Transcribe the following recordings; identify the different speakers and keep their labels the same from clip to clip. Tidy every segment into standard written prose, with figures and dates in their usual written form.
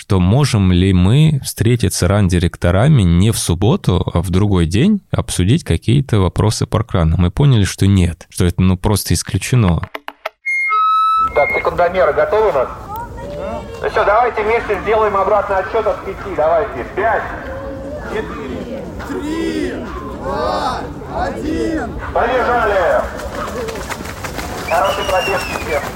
Speaker 1: что можем ли мы встретиться ран-директорами не в субботу, а в другой день, обсудить какие-то вопросы паркрана. Мы поняли, что нет, что это просто исключено.
Speaker 2: Так, секундомеры готовы у нас? Ну все, давайте вместе сделаем обратный отсчет от 5. Давайте. 5, 4, 3, 2, 1. Побежали! Хороший пробег всем.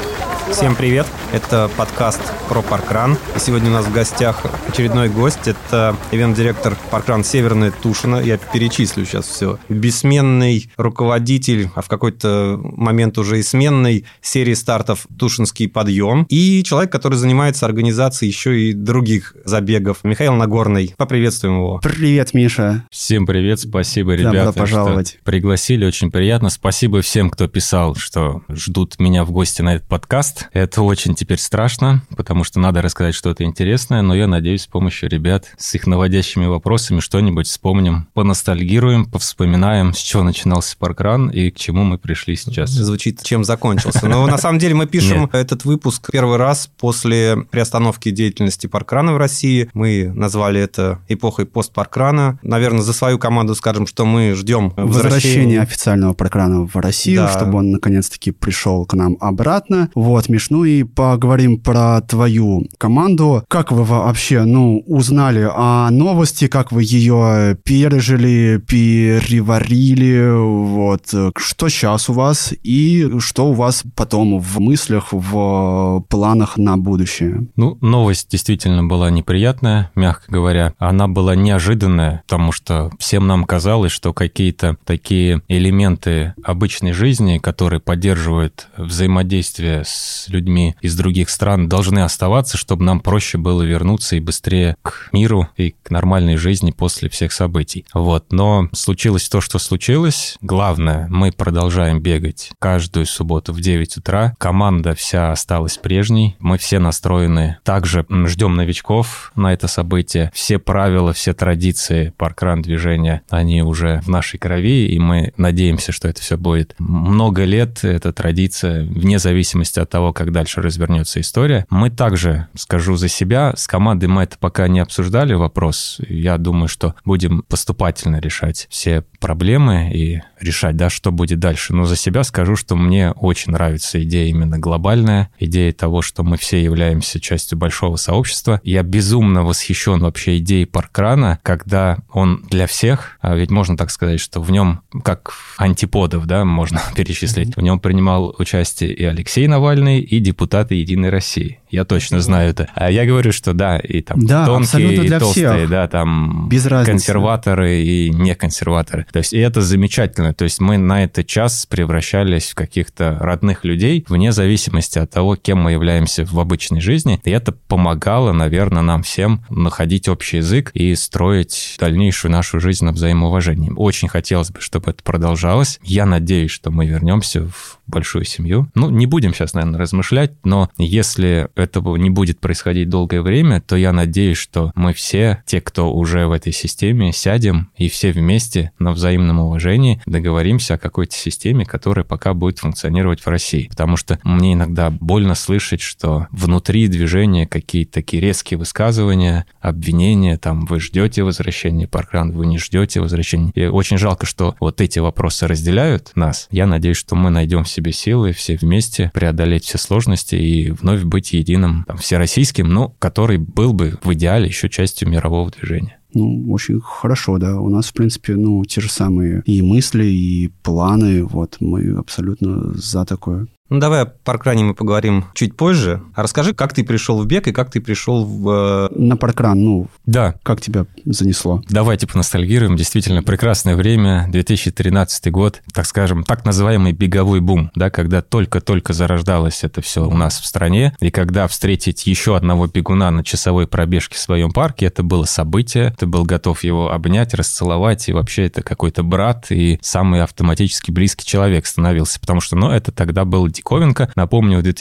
Speaker 3: Всем привет, это подкаст про паркран. И сегодня у нас в гостях очередной гость. Это ивент-директор паркран Северная Тушина. Я перечислю сейчас все. Бессменный руководитель, а в какой-то момент уже и сменной серии стартов «Тушинский подъем». И человек, который занимается организацией еще и других забегов. Михаил Нагорный. Поприветствуем его.
Speaker 4: Привет, Миша.
Speaker 1: Всем привет, спасибо, ребята,
Speaker 4: добро пожаловать.
Speaker 1: Что пригласили, очень приятно. Спасибо всем, кто писал, что ждут меня в гости на этот подкаст. Это очень теперь страшно, потому что надо рассказать что-то интересное, но я надеюсь, с помощью ребят с их наводящими вопросами что-нибудь вспомним, поностальгируем, повспоминаем, с чего начинался паркран и к чему мы пришли сейчас.
Speaker 3: Звучит, чем закончился. Но на самом деле мы пишем этот выпуск первый раз после приостановки деятельности паркрана в России. Мы назвали это эпохой постпаркрана. Наверное, за свою команду скажем, что мы ждем
Speaker 4: возвращения официального паркрана в Россию, да, чтобы он наконец-таки пришел к нам обратно. Вот, Миш, ну и поговорим про твою команду. Как вы вообще, узнали о новости, как вы ее пережили, переварили, вот, что сейчас у вас и что у вас потом в мыслях, в планах на будущее?
Speaker 1: Новость действительно была неприятная, мягко говоря. Она была неожиданная, потому что всем нам казалось, что какие-то такие элементы обычной жизни, которые поддерживают взаимодействие с людьми из других стран, должны оставаться, чтобы нам проще было вернуться и быстрее к миру и к нормальной жизни после всех событий. Вот. Но случилось то, что случилось. Главное, мы продолжаем бегать каждую субботу в 9 утра. Команда вся осталась прежней. Мы все настроены. Также ждем новичков на это событие. Все правила, все традиции паркран-движения, они уже в нашей крови, и мы надеемся, что это все будет много лет. Эта традиция, вне зависимости от того, как дальше развернется история. Мы также, скажу за себя, с командой мы это пока не обсуждали вопрос. Я думаю, что будем поступательно решать все проблемы и решать, что будет дальше. Но за себя скажу, что мне очень нравится идея именно глобальная, идея того, что мы все являемся частью большого сообщества. Я безумно восхищен вообще идеей паркрана, когда он для всех, а ведь можно так сказать, что в нем, как антиподов, можно перечислить, в нем принимал участие и Алексей Навальный, и депутаты Единой России. Я точно знаю это. А я говорю, что и там тонкие, и толстые, всех. Там без консерваторы и не консерваторы. То есть и это замечательно. То есть мы на этот час превращались в каких-то родных людей, вне зависимости от того, кем мы являемся в обычной жизни. И это помогало, наверное, нам всем находить общий язык и строить дальнейшую нашу жизнь на взаимоуважении. Очень хотелось бы, чтобы это продолжалось. Я надеюсь, что мы вернемся в большую семью. Не будем сейчас, наверное, размышлять, но если этого не будет происходить долгое время, то я надеюсь, что мы все, те, кто уже в этой системе, сядем и все вместе на взаимном уважении договоримся о какой-то системе, которая пока будет функционировать в России. Потому что мне иногда больно слышать, что внутри движения какие-то такие резкие высказывания, обвинения, вы ждете возвращения паркрана, вы не ждете возвращения. И очень жалко, что вот эти вопросы разделяют нас. Я надеюсь, что мы найдем в себе силы все вместе преодолеть все сложности и вновь быть единым, всероссийским, который был бы в идеале еще частью мирового движения.
Speaker 4: Очень хорошо, да. У нас, в принципе, те же самые и мысли, и планы. Вот, мы абсолютно за такое.
Speaker 3: Давай о паркране мы поговорим чуть позже. А расскажи, как ты пришел в бег и как ты пришел
Speaker 4: на паркран,
Speaker 1: Да.
Speaker 4: Как тебя занесло?
Speaker 1: Давайте поностальгируем. Действительно, прекрасное время. 2013 год, так скажем, так называемый беговой бум, когда только-только зарождалось это все у нас в стране. И когда встретить еще одного бегуна на часовой пробежке в своем парке, это было событие. ты был готов его обнять, расцеловать, и вообще это какой-то брат и самый автоматически близкий человек становился, потому что, это тогда было диковинка. Напомню, в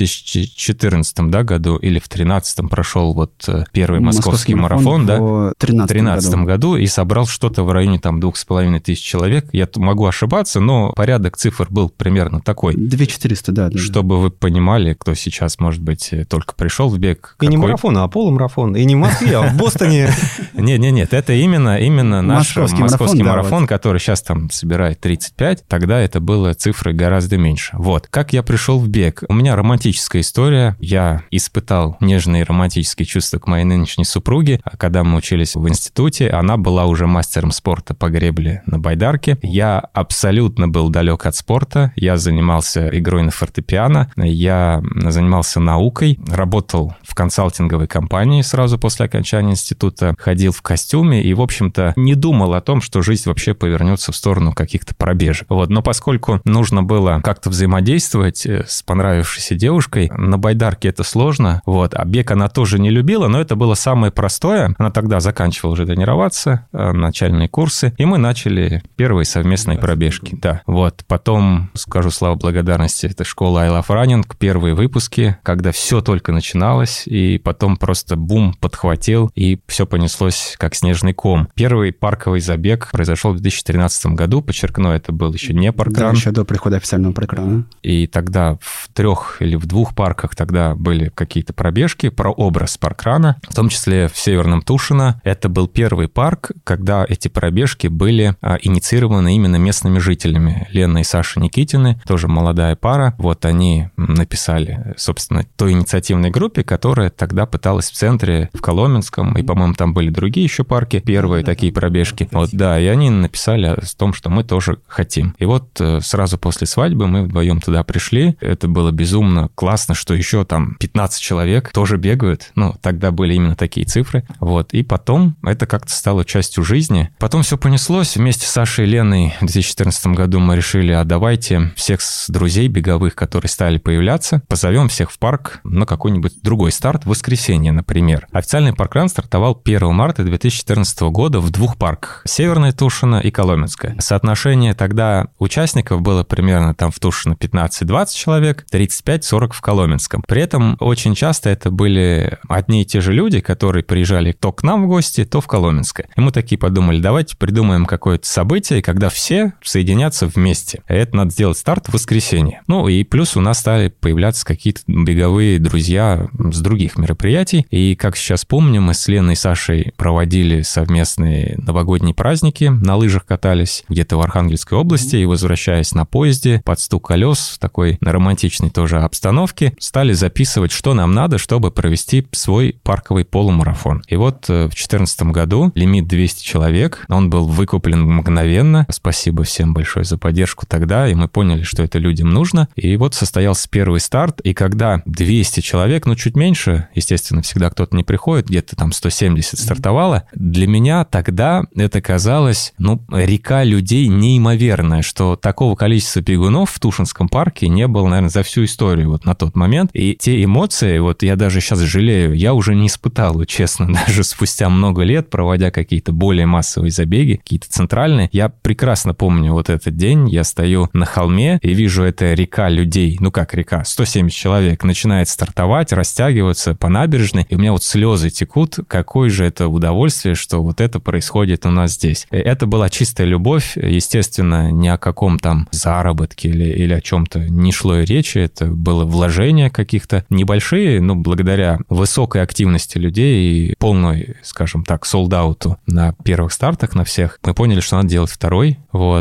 Speaker 1: 2014 году или в 2013 прошел первый московский марафон,
Speaker 4: в 2013
Speaker 1: году, и собрал что-то в районе 2500 человек. Я могу ошибаться, но порядок цифр был примерно такой.
Speaker 4: 2400, да.
Speaker 1: Чтобы вы понимали, кто сейчас, может быть, только пришел в бег.
Speaker 3: И не марафон, а полумарафон. И не в Москве, а в Бостоне.
Speaker 1: Нет, это именно наш московский марафон, который сейчас там собирает 35. Тогда это было цифры гораздо меньше. Как я пришел в бег. У меня романтическая история. Я испытал нежные романтические чувства к моей нынешней супруге. Когда мы учились в институте, она была уже мастером спорта по гребле на байдарке. Я абсолютно был далек от спорта. Я занимался игрой на фортепиано. Я занимался наукой. Работал в консалтинговой компании сразу после окончания института. Ходил в костюме и, в общем-то, не думал о том, что жизнь вообще повернется в сторону каких-то пробежек. Но поскольку нужно было как-то взаимодействовать с понравившейся девушкой, на байдарке это сложно. А бег она тоже не любила, но это было самое простое. Она тогда заканчивала уже тренироваться, начальные курсы, и мы начали первые совместные пробежки. Да. Потом, скажу слава благодарности, это школа I Love Running, первые выпуски, когда все только начиналось, и потом просто бум подхватил, и все понеслось как снежный ком. Первый парковый забег произошел в 2013 году, подчеркну, это был еще не паркран.
Speaker 4: Да, еще до прихода официального паркрана.
Speaker 1: И тогда в 3 или в 2 парках тогда были какие-то пробежки про образ паркрана, в том числе в Северном Тушино. Это был первый парк, когда эти пробежки были инициированы именно местными жителями. Лена и Саша Никитины, тоже молодая пара. Они написали, собственно, той инициативной группе, которая тогда пыталась в центре, в Коломенском, и, по-моему, там были другие еще парки, первые такие пробежки. И они написали о том, что мы тоже хотим. И сразу после свадьбы мы вдвоем туда пришли. Это было безумно классно, что еще там 15 человек тоже бегают. Тогда были именно такие цифры. И потом это как-то стало частью жизни. Потом все понеслось. Вместе с Сашей и Леной в 2014 году мы решили, давайте всех друзей беговых, которые стали появляться, позовем всех в парк на какой-нибудь другой старт, в воскресенье, например. Официальный паркран стартовал 1 марта 2014 года в 2 парках. Северное Тушино и Коломенское. Соотношение тогда участников было примерно там в Тушино 15-20 человек, 35-40 в Коломенском. При этом очень часто это были одни и те же люди, которые приезжали то к нам в гости, то в Коломенское. И мы такие подумали, давайте придумаем какое-то событие, когда все соединятся вместе. И это надо сделать старт в воскресенье. И плюс у нас стали появляться какие-то беговые друзья с других мероприятий. И, как сейчас помню, мы с Леной и Сашей проводили совместные новогодние праздники, на лыжах катались где-то в Архангельской области, и, возвращаясь на поезде под стук колес в такой романтичной тоже обстановке, стали записывать, что нам надо, чтобы провести свой парковый полумарафон. И в 2014 году лимит 200 человек, он был выкуплен мгновенно. Спасибо всем большое за поддержку тогда, и мы поняли, что это людям нужно. И состоялся первый старт, и когда 200 человек, чуть меньше, естественно, всегда кто-то не приходит, где-то там 170 стартовало, для меня тогда это казалось, река людей неимоверная, что такого количества бегунов в Тушинском парке не было, наверное, за всю историю на тот момент. И те эмоции, я даже сейчас жалею, я уже не испытал, честно, даже спустя много лет, проводя какие-то более массовые забеги, какие-то центральные. Я прекрасно помню этот день, я стою на холме и вижу это река людей, как река, 170 человек, начинает стартовать, растягиваться по набережной, и у меня слезы текут, какое же это удовольствие, что это происходит у нас здесь. Это была чистая любовь, естественно, ни о каком там заработке или о чем-то не шло и речи, это было вложение каких-то небольшие, благодаря высокой активности людей и полной, скажем так, солд-ауту на первых стартах на всех, мы поняли, что надо делать второй.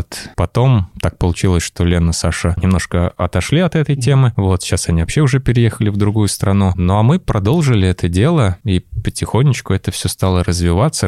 Speaker 1: Потом так получилось, что Лена, Саша немножко отошли от этой темы. Сейчас они вообще уже переехали в другую страну. А мы продолжили это дело, и потихонечку это все стало развиваться.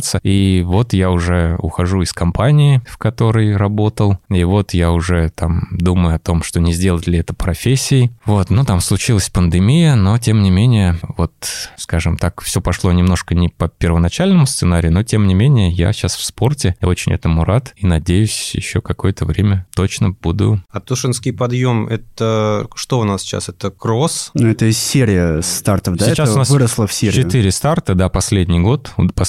Speaker 1: И я уже ухожу из компании, в которой работал. И я уже там думаю о том, что не сделать ли это профессией. Там случилась пандемия, но тем не менее, скажем так, все пошло немножко не по первоначальному сценарию, но тем не менее я сейчас в спорте, я очень этому рад и надеюсь, еще какое-то время точно буду.
Speaker 3: А Тушинский подъем, это что у нас сейчас? Это кросс?
Speaker 4: Это серия стартов, да?
Speaker 1: Сейчас
Speaker 4: это
Speaker 1: у нас
Speaker 4: выросло в серию.
Speaker 1: 4 старта, да, последний год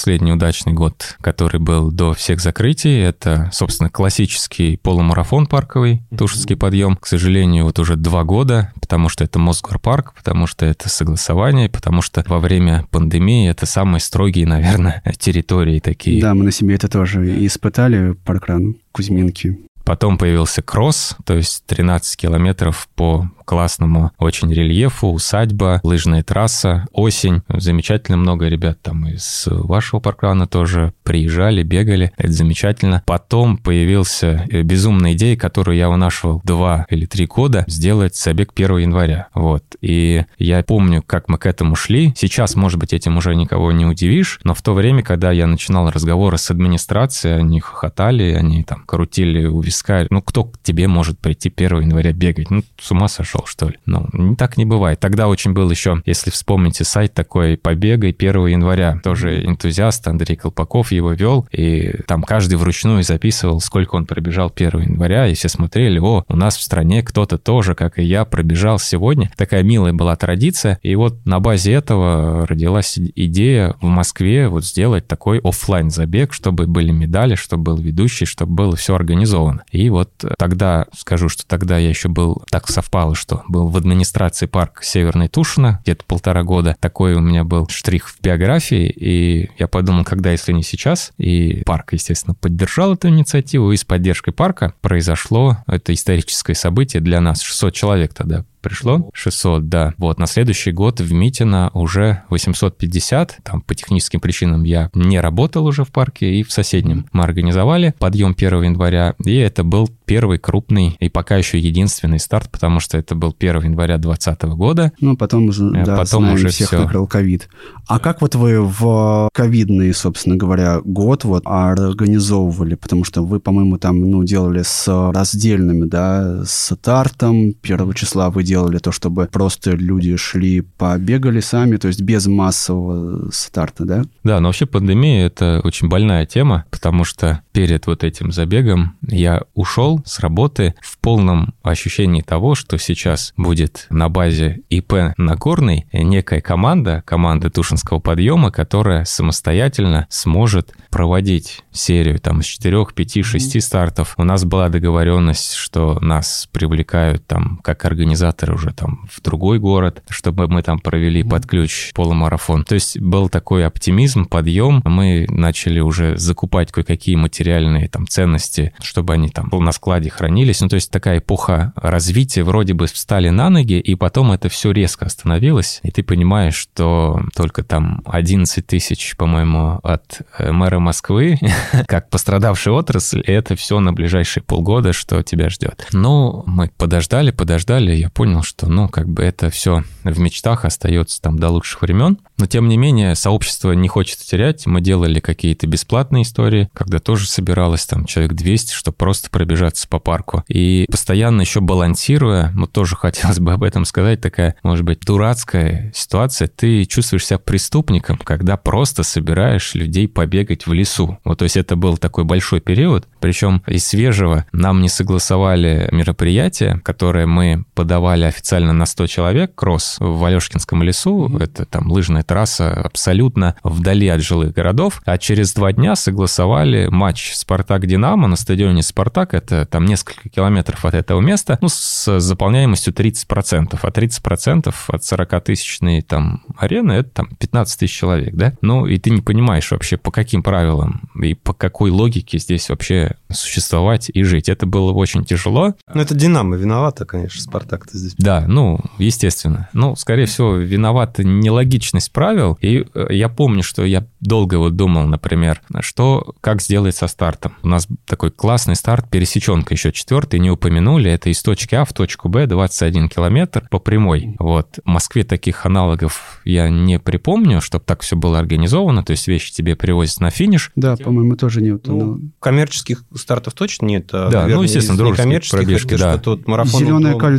Speaker 1: последний удачный год, который был до всех закрытий. Это, собственно, классический полумарафон парковый, Тушинский подъем. К сожалению, вот уже 2 года, потому что это Мосгорпарк, потому что это согласование, потому что во время пандемии это самые строгие, наверное, территории такие.
Speaker 4: Да, мы на себе это тоже испытали, паркран Кузьминки.
Speaker 1: Потом появился кросс, то есть 13 километров по классному очень рельефу, усадьба, лыжная трасса, осень. Замечательно много ребят там из вашего паркрана тоже приезжали, бегали. Это замечательно. Потом появился безумная идея, которую я вынашивал 2 или 3 года, сделать забег 1 января. Вот. И я помню, как мы к этому шли. Сейчас, может быть, этим уже никого не удивишь, но в то время, когда я начинал разговоры с администрацией, они хохотали, они там крутили у виска. Ну, кто к тебе может прийти 1 января бегать? Ну, с ума сошел, что ли? Ну, так не бывает. Тогда очень был еще, если вспомните, сайт такой «Побегай 1 января». Тоже энтузиаст Андрей Колпаков его вел, и там каждый вручную записывал, сколько он пробежал 1 января, и все смотрели: о, у нас в стране кто-то тоже, как и я, пробежал сегодня. Такая милая была традиция, и вот на базе этого родилась идея в Москве вот сделать такой офлайн забег, чтобы были медали, чтобы был ведущий, чтобы было все организовано. И вот тогда, скажу, что тогда я еще был, так совпало, что был в администрации парка Северной Тушино, где-то 1,5 года. Такой у меня был штрих в биографии, и я подумал, когда, если не сейчас. И парк, естественно, поддержал эту инициативу, и с поддержкой парка произошло это историческое событие для нас. 600 человек тогда пришло. 600, да. Вот, на следующий год в Митино уже 850. Там по техническим причинам я не работал уже в парке, и в соседнем мы организовали подъем 1 января. И это был первый крупный и пока еще единственный старт, потому что это был 1 января 2020 года.
Speaker 4: Ну, потом уже, да,
Speaker 1: потом уже
Speaker 4: всех
Speaker 1: все
Speaker 4: накрыл ковид. А как вот вы в ковидный, собственно говоря, год вот организовывали? Потому что вы, по-моему, там, ну, делали с раздельными, да, с стартом. 1 числа вы делали то, чтобы просто люди шли, побегали сами, то есть без массового старта, да?
Speaker 1: Да, но вообще пандемия – это очень больная тема, потому что перед вот этим забегом я ушел с работы в полном ощущении того, что сейчас будет на базе ИП Нагорный некая команда Тушинского подъема, которая самостоятельно сможет проводить серию там из 4, 5, 6 стартов. У нас была договоренность, что нас привлекают там как организаторы уже там в другой город, чтобы мы там провели под ключ полумарафон. То есть был такой оптимизм, подъем. Мы начали уже закупать кое-какие материальные там ценности, чтобы они там на складе хранились. Ну, то есть такая эпоха развития, вроде бы встали на ноги, и потом это все резко остановилось. И ты понимаешь, что только там 11 тысяч, по-моему, от мэра Москвы, как пострадавшая отрасль, это все на ближайшие полгода, что тебя ждет. Но мы подождали, я понял, что, ну, как бы это все в мечтах остается там до лучших времен. Но, тем не менее, сообщество не хочет терять. Мы делали какие-то бесплатные истории, когда тоже собиралось там человек 200, чтобы просто пробежаться по парку. И постоянно еще балансируя, ну, тоже хотелось бы об этом сказать, такая, может быть, дурацкая ситуация. Ты чувствуешь себя преступником, когда просто собираешь людей побегать в лесу. Вот, то есть это был такой большой период. Причем из свежего нам не согласовали мероприятие, которое мы подавали официально на 100 человек, кросс в Алешкинском лесу. Это там лыжная трасса абсолютно вдали от жилых городов. А через 2 дня согласовали матч «Спартак-Динамо» на стадионе «Спартак». Это там несколько километров от этого места, ну, с заполняемостью 30%. А 30% от 40-тысячной там арены — это там 15 тысяч человек, да? Ну, и ты не понимаешь вообще, по каким правилам и по какой логике здесь вообще существовать и жить. Это было очень тяжело.
Speaker 3: Ну, это «Динамо» виновата, конечно, «Спартак»-то здесь.
Speaker 1: Да, ну, естественно. Ну, скорее всего, виновата нелогичность правил. И я помню, что я долго вот думал, например, как сделать со стартом. У нас такой классный старт, пересеченка еще 4-й, не упомянули. Это из точки А в точку Б 21 километр по прямой. Вот. В Москве таких аналогов я не припомню, чтобы так все было организовано. То есть вещи тебе привозят на финиш.
Speaker 4: Да, по-моему, тоже нет.
Speaker 3: Ну, коммерческих стартов точно нет.
Speaker 1: Да, ну, естественно, дружеские
Speaker 3: пробежки,
Speaker 1: да.
Speaker 3: Что тут марафон.
Speaker 4: Зеленое кольцо или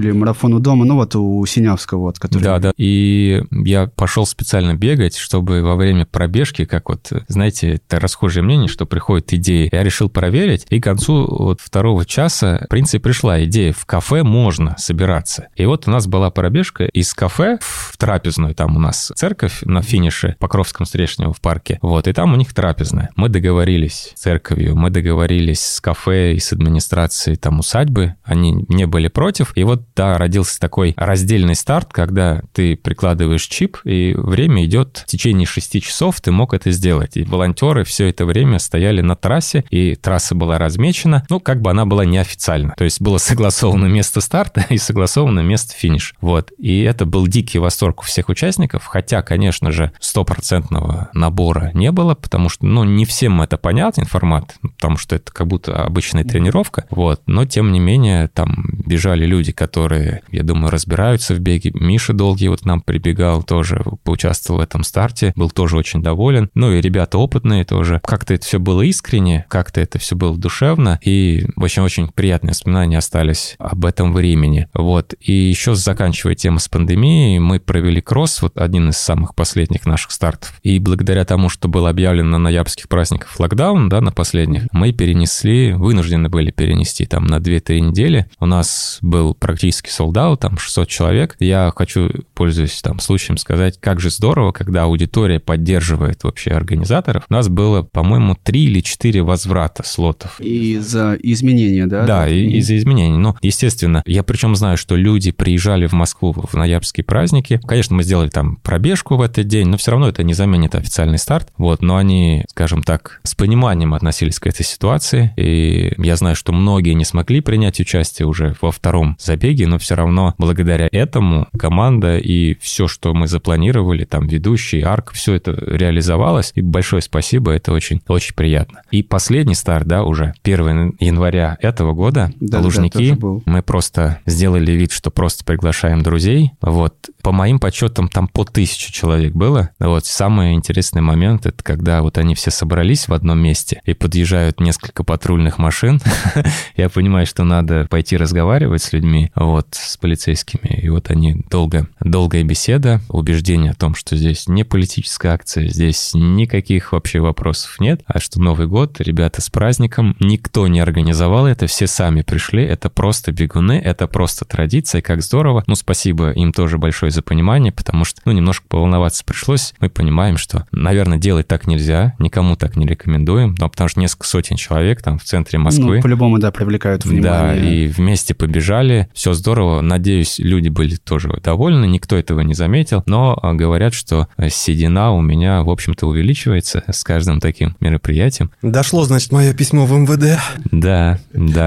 Speaker 4: или марафон у дома, ну вот у Синявского, вот, который...
Speaker 1: Да. И я пошел специально бегать, чтобы во время пробежки, как вот, знаете, это расхожее мнение, что приходят идеи. Я решил проверить, и к концу вот 2 часа, в принципе, пришла идея. В кафе можно собираться. И вот у нас была пробежка из кафе в трапезную. Там у нас церковь на финише Покровском-Стрешнево в парке. Вот, и там у них трапезная. Мы договорились с церковью, мы договорились с кафе и с администрацией там усадьбы. Они не были против. И вот, да, родился такой раздельный старт, когда ты прикладываешь чип, и время идет в течение 6 часов, ты мог это сделать. И волонтеры все это время стояли на трассе, и трасса была размечена. Ну, как бы она была неофициальна. То есть было согласовано место старта и согласовано место финиша. Вот. И это был дикий восторг у всех участников, хотя, конечно же, 100% набора не было, потому что, ну, не всем это понятен формат, потому что это как будто обычная тренировка. Вот. Но, тем не менее, там бежали люди, которые, я думаю, разбираются в беге. Миша Долгий вот к нам прибегал, тоже поучаствовал в этом старте, был тоже очень доволен. Ну и ребята опытные тоже. Как-то это все было искренне, как-то это все было душевно, и очень-очень приятные воспоминания остались об этом времени. Вот. И еще заканчивая тему с пандемией, мы провели кросс, вот один из самых последних наших стартов. И благодаря тому, что был объявлен на ноябрьских праздниках локдаун, да, на последних, мы вынуждены были перенести там на 2-3 недели. У нас был практически солд-аут, там 600 человек. Я хочу, пользуясь там случаем, сказать, как же здорово, когда аудитория поддерживает вообще организаторов. У нас было, по-моему, 3 или 4 возврата слотов.
Speaker 4: И из-за изменения, да?
Speaker 1: Да, из-за изменений. Но, естественно, я причем знаю, что люди приезжали в Москву в ноябрьские праздники. Конечно, мы сделали там пробежку в этот день, но все равно это не заменит официальный старт. Вот, но они, скажем так, с пониманием относились к этой ситуации. И я знаю, что многие не смогли принять участие уже во втором забеге, но все равно благодаря этому команда и все, что мы запланировали, там ведущий, арк, все это реализовалось. И большое спасибо, это очень приятно. И последний старт, да, уже 1 января этого года, Лужники, мы просто сделали вид, что просто приглашаем друзей. Вот, по моим подсчетам, там по 1000 человек было. Вот, самый интересный момент, это когда вот они все собрались в одном месте и подъезжают несколько патрульных машин. Я понимаю, что надо пойти разговаривать с людьми, вот, с полицейскими. И вот они долгая беседа, убеждение о том, что здесь не политическая акция, здесь никаких вообще вопросов нет, а что Новый год, ребята, с праздником, никто не организовал это, все сами пришли, это просто бегуны, это просто традиция, как здорово. Ну, спасибо им тоже большое за понимание, потому что, ну, немножко поволноваться пришлось. Мы понимаем, что, наверное, делать так нельзя, никому так не рекомендуем, но потому что несколько сотен человек там в центре Москвы.
Speaker 4: Ну, по-любому, да, привлекают внимание.
Speaker 1: Да, и вместе побежали, все здорово. Надеюсь, люди были тоже довольны, никто этого не заметил, но говорят, что седина у меня, в общем-то, увеличивается с каждым таким мероприятием.
Speaker 3: Дошло, значит, мое письмо в МВД.
Speaker 1: Да.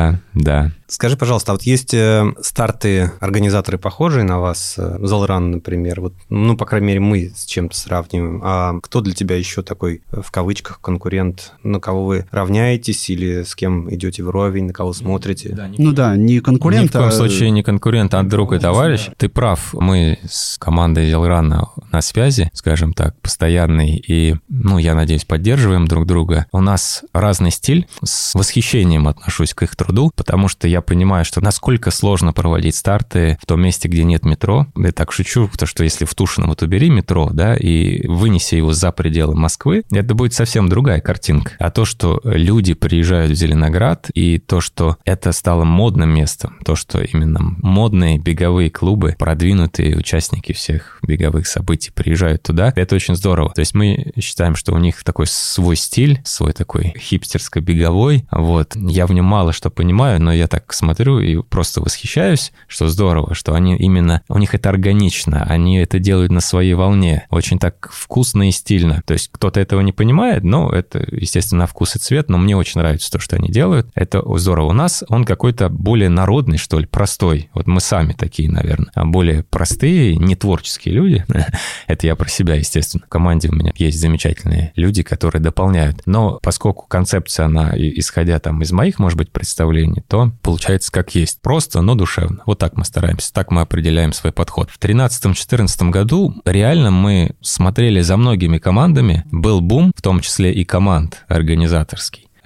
Speaker 3: Скажи, пожалуйста, а вот есть старты, организаторы похожие на вас, Залран, например, вот, ну, по крайней мере, мы с чем-то сравниваем, а кто для тебя еще такой, в кавычках, конкурент, на кого вы равняетесь или с кем идете вровень, на кого смотрите?
Speaker 4: Не конкурент,
Speaker 1: ни в коем случае не конкурент, а друг и товарищ. Ты прав, мы с командой Залрана на связи, скажем так, постоянный, и, ну, я надеюсь, поддерживаем друг друга. У нас разный стиль, с восхищением отношусь к их труду, потому что я понимаю, что насколько сложно проводить старты в том месте, где нет метро. Я так шучу, потому что если в Тушино вот убери метро, да, и вынеси его за пределы Москвы, это будет совсем другая картинка. А то, что люди приезжают в Зеленоград, и то, что это стало модным местом, то, что именно модные беговые клубы, продвинутые участники всех беговых событий приезжают туда, это очень здорово. То есть мы считаем, что у них такой свой стиль, свой такой хипстерско-беговой. Вот. Я в нем мало что понимаю, но я так смотрю и просто восхищаюсь, что здорово, что они именно, у них это органично, они это делают на своей волне, очень так вкусно и стильно. То есть кто-то этого не понимает, но это, естественно, на вкус и цвет, но мне очень нравится то, что они делают. Это здорово. У нас он какой-то более народный, что ли, простой. Вот мы сами такие, наверное, более простые, не творческие люди. Это я про себя, естественно. В команде у меня есть замечательные люди, которые дополняют. Но поскольку концепция, она, исходя там из моих, может быть, представлений, то получается как есть. Просто, но душевно. Вот так мы стараемся, так мы определяем свой подход. В 2013-2014 году реально мы смотрели за многими командами. Был бум, в том числе и команд организаторский.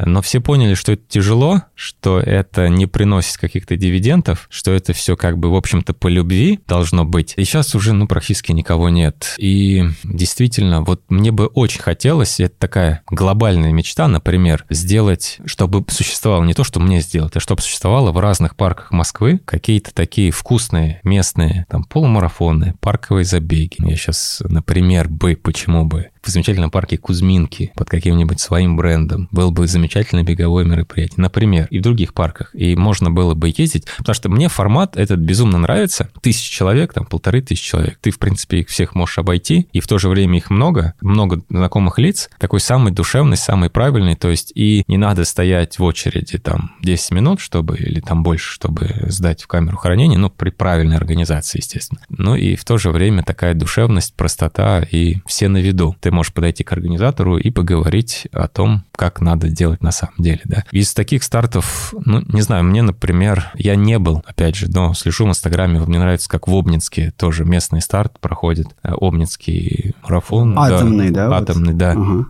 Speaker 1: Но все поняли, что это тяжело, что это не приносит каких-то дивидендов, что это все как бы, в общем-то, по любви должно быть. И сейчас уже, практически никого нет. И действительно, вот мне бы очень хотелось, это такая глобальная мечта, например, сделать, чтобы существовало не то, что мне сделать, а чтобы существовало в разных парках Москвы какие-то такие вкусные местные там полумарафоны, парковые забеги. Я сейчас, например, почему бы в замечательном парке Кузьминки под каким-нибудь своим брендом был бы замечательное беговое мероприятие, например, и в других парках. И можно было бы ездить, потому что мне формат этот безумно нравится. 1000 человек, 1500 человек. Ты, в принципе, их всех можешь обойти, и в то же время их много знакомых лиц. Такой самый душевный, самый правильный, то есть и не надо стоять в очереди 10 минут, или больше, чтобы сдать в камеру хранения, при правильной организации, естественно. И в то же время такая душевность, простота и все на виду. Ты можешь подойти к организатору и поговорить о том, как надо делать на самом деле, да. Из таких стартов, не знаю, мне, например, я не был, опять же, но слежу в Инстаграме, мне нравится, как в Обнинске тоже местный старт проходит, Обнинский марафон.
Speaker 4: Атомный, да?
Speaker 1: Атомный, да.
Speaker 4: Ага.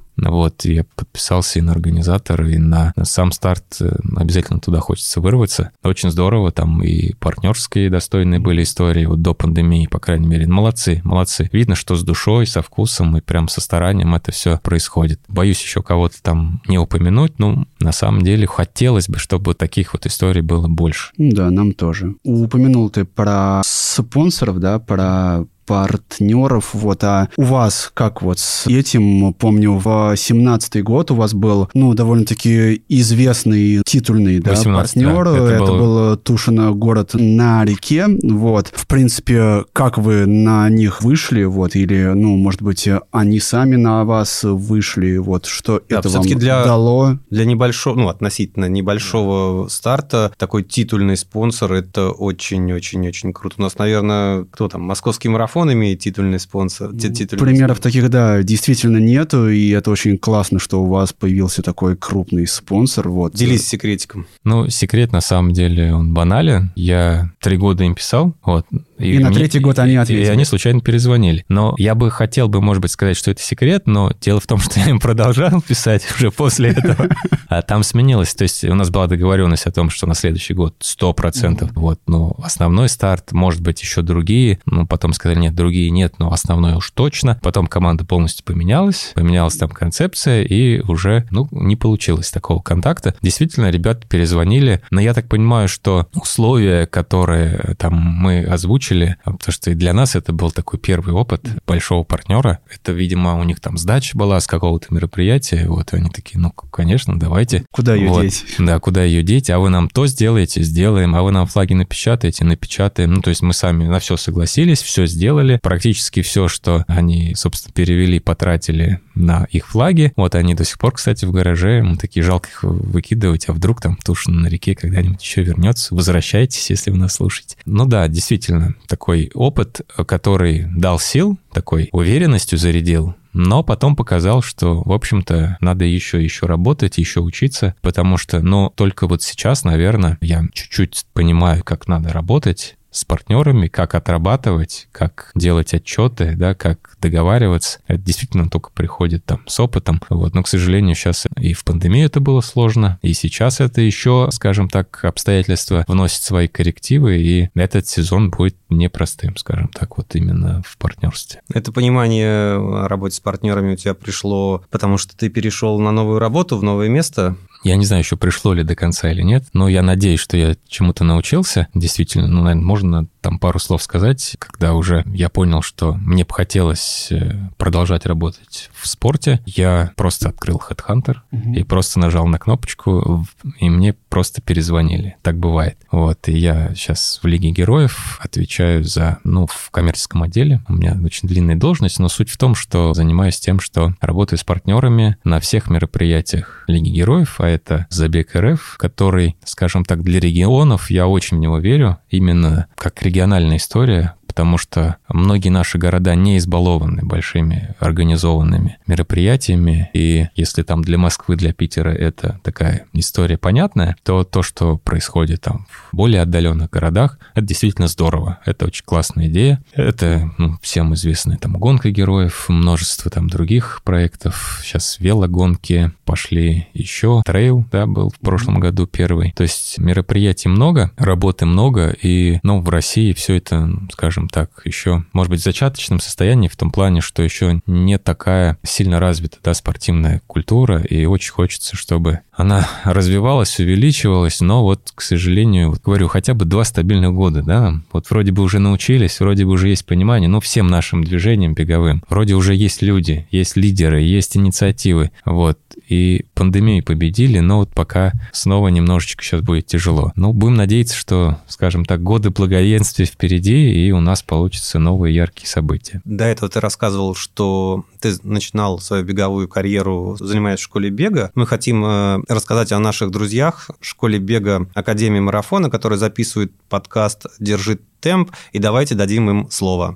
Speaker 1: Я подписался и на организатора, и на сам старт. Обязательно туда хочется вырваться. Очень здорово, там и партнерские достойные были истории до пандемии, по крайней мере. Молодцы. Видно, что с душой, со вкусом и прям со старанием это все происходит. Боюсь еще кого-то там не упомянуть, на самом деле хотелось бы, чтобы таких вот историй было больше.
Speaker 4: Да, нам тоже. Упомянул ты про спонсоров, да, про партнеров, а у вас как с этим? Помню, в 17-й год у вас был, довольно-таки известный титульный партнер,
Speaker 1: да,
Speaker 4: это был Тушино город на реке, в принципе, как вы на них вышли, или, может быть, они сами на вас вышли, что это вам дало?
Speaker 3: Для небольшого, относительно небольшого старта такой титульный спонсор, это очень-очень-очень круто. У нас, наверное, Московский марафон имеет титульный спонсор.
Speaker 4: Примеров таких, да, действительно нету, и это очень классно, что у вас появился такой крупный спонсор.
Speaker 3: Делись секретиком.
Speaker 1: Секрет, на самом деле, он банален. Я 3 года им писал,
Speaker 4: И на 3-й год они ответили.
Speaker 1: И они случайно перезвонили. Но я бы хотел, может быть, сказать, что это секрет, но дело в том, что я им продолжал писать уже после этого. А там сменилось. То есть у нас была договоренность о том, что на следующий год 100%. Но основной старт, может быть, еще другие. Потом сказали, нет, другие нет, но основной уж точно. Потом команда полностью поменялась там концепция, и уже, не получилось такого контакта. Действительно, ребята перезвонили, но я так понимаю, что условия, которые мы озвучили, потому что и для нас это был такой первый опыт большого партнера. Это, видимо, у них там сдача была с какого-то мероприятия, и они такие, конечно, давайте.
Speaker 4: Куда ее деть?
Speaker 1: Да, куда ее деть, а вы нам то сделаете, сделаем, а вы нам флаги напечатаете, напечатаем. То есть мы сами на все согласились, все сделали. Практически все, что они, собственно, перевели, потратили на их флаги. Они до сих пор, кстати, в гараже. Мы такие, жалко их выкидывать, а вдруг там Тушино на реке когда-нибудь еще вернется. Возвращайтесь, если вы нас слушаете. Да, действительно, такой опыт, который дал сил, такой уверенностью зарядил, но потом показал, что, в общем-то, надо еще работать, еще учиться, потому что, только сейчас, наверное, я чуть-чуть понимаю, как надо работать с партнерами, как отрабатывать, как делать отчеты, да, как договариваться. Это действительно только приходит с опытом. Но, к сожалению, сейчас и в пандемии это было сложно, и сейчас это еще, скажем так, обстоятельства вносят свои коррективы, и этот сезон будет непростым, скажем так, именно в партнерстве.
Speaker 3: Это понимание о работе с партнерами у тебя пришло, потому что ты перешел на новую работу, в новое место?
Speaker 1: Я не знаю, еще пришло ли до конца или нет, но я надеюсь, что я чему-то научился. Действительно, наверное, можно пару слов сказать, когда уже я понял, что мне бы хотелось продолжать работать в спорте. Я просто открыл HeadHunter и просто нажал на кнопочку, и мне просто перезвонили. Так бывает. И я сейчас в Лиге Героев отвечаю в коммерческом отделе. У меня очень длинная должность, но суть в том, что занимаюсь тем, что работаю с партнерами на всех мероприятиях Лиги Героев, а это Забег РФ, который, скажем так, для регионов, я очень в него верю, именно как региональная история, потому что многие наши города не избалованы большими организованными мероприятиями, и если там для Москвы, для Питера это такая история понятная, то то, что происходит там в более отдаленных городах, это действительно здорово. Это очень классная идея. Это всем известная там гонка героев, множество там других проектов. Сейчас велогонки пошли еще. Трейл, да, был в прошлом году первый. То есть мероприятий много, работы много, и, в России все это, скажем так, еще, может быть, в зачаточном состоянии в том плане, что еще не такая сильно развита, да, спортивная культура, и очень хочется, чтобы она развивалась, увеличивалась, но вот, к сожалению, говорю, хотя бы 2 стабильных года, да, вот вроде бы уже научились, вроде бы уже есть понимание, всем нашим движениям беговым, вроде уже есть люди, есть лидеры, есть инициативы, вот, и пандемию победили, но вот пока снова немножечко сейчас будет тяжело. Будем надеяться, что, скажем так, годы благоденствия впереди, и у нас получатся новые яркие события.
Speaker 3: До этого ты рассказывал, что ты начинал свою беговую карьеру, занимаясь в школе бега. Мы хотим рассказать о наших друзьях, школе бега Академии марафона, который записывает подкаст «Держи темп», и давайте дадим им слово.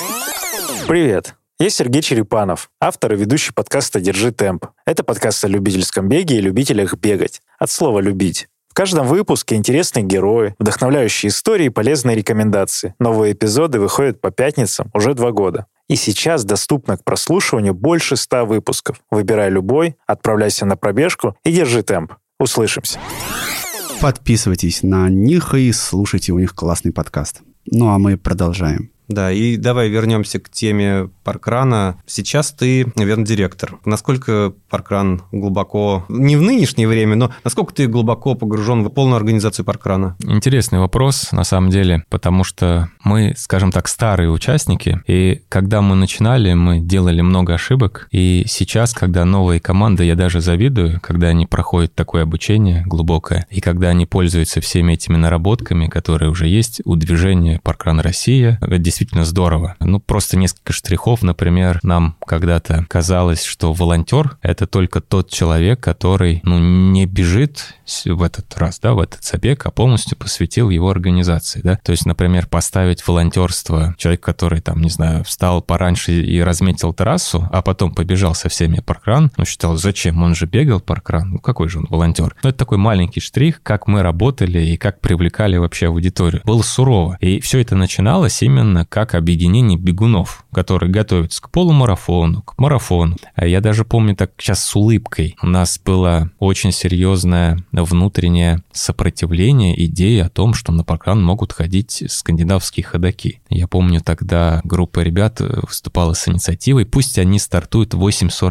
Speaker 5: Привет! Я Сергей Черепанов, автор и ведущий подкаста «Держи темп». Это подкаст о любительском беге и любителях бегать. От слова «любить». В каждом выпуске интересные герои, вдохновляющие истории и полезные рекомендации. Новые эпизоды выходят по пятницам уже 2 года. И сейчас доступно к прослушиванию больше 100 выпусков. Выбирай любой, отправляйся на пробежку и держи темп. Услышимся.
Speaker 4: Подписывайтесь на них и слушайте у них классный подкаст. А мы продолжаем.
Speaker 3: Да, и давай вернемся к теме паркрана. Сейчас ты, наверное, директор. Насколько паркран глубоко, не в нынешнее время, но насколько ты глубоко погружен в полную организацию паркрана?
Speaker 1: Интересный вопрос, на самом деле, потому что мы, скажем так, старые участники, и когда мы начинали, мы делали много ошибок, и сейчас, когда новые команды, я даже завидую, когда они проходят такое обучение глубокое, и когда они пользуются всеми этими наработками, которые уже есть у движения «Паркран Россия», действительно здорово. Просто несколько штрихов, например, нам когда-то казалось, что волонтер — это только тот человек, который, не бежит в этот раз, да, в этот забег, а полностью посвятил его организации, да. То есть, например, поставить волонтерство человек, который, встал пораньше и разметил трассу, а потом побежал со всеми паркран, считал, зачем, он же бегал паркран, какой же он волонтер. Это такой маленький штрих, как мы работали и как привлекали вообще аудиторию. Было сурово. И все это начиналось именно как объединение бегунов, которые готовятся к полумарафону, к марафону. Я даже помню так сейчас с улыбкой. У нас было очень серьезное внутреннее сопротивление идеи о том, что на паркран могут ходить скандинавские ходоки. Я помню, тогда группа ребят выступала с инициативой, пусть они стартуют в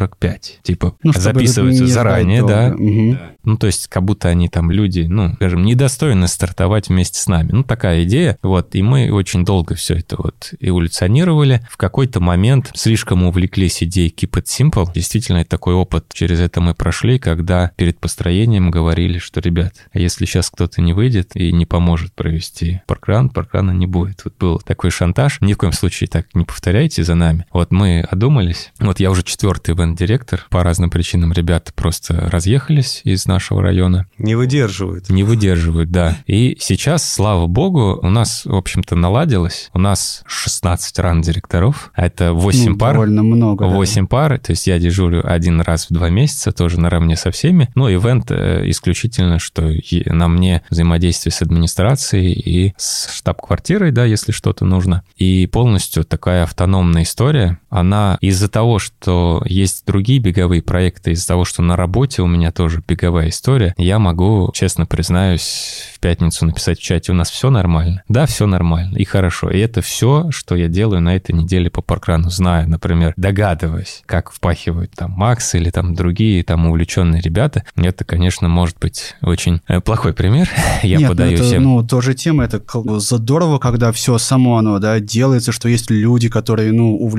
Speaker 1: 8:45. Записываются заранее, да. Угу. То есть, как будто они там люди, скажем, недостойны стартовать вместе с нами. Такая идея. И мы очень долго все это эволюционировали. В какой-то момент слишком увлеклись идеей Keep It Simple. Действительно, такой опыт, через это мы прошли, когда перед построением говорили, что, ребят, а если сейчас кто-то не выйдет и не поможет провести паркран, паркрана не будет. Был такой шантаж. Ни в коем случае так не повторяйте за нами. Мы одумались. Я уже 4-й ивент-директор. По разным причинам ребята просто разъехались из нашего района.
Speaker 3: Не выдерживают.
Speaker 1: Не выдерживают, да. И сейчас, слава богу, у нас, в общем-то, наладилось. У нас 16 ран-директоров. Это 8 пар.
Speaker 4: Довольно много.
Speaker 1: 8 пар. То есть я дежурю 1 раз в 2 месяца, тоже наравне со всеми. Ивент исключительно, что на мне взаимодействие с администрацией и с штаб-квартирой, да, если что-то нужно. И полностью такая автономная история. Она из-за того, что есть другие беговые проекты, из-за того, что на работе у меня тоже беговая история, я могу, честно признаюсь, в пятницу написать в чате: у нас все нормально. Да, все нормально и хорошо. И это все, что я делаю на этой неделе по паркрану. Знаю, например, догадываясь, как впахивают Макс или другие увлеченные ребята. Это, конечно, может быть очень плохой пример. Я подаю всем.
Speaker 4: Тоже тема, это здорово, когда все само оно, да, делается, что есть люди, которые, увлечены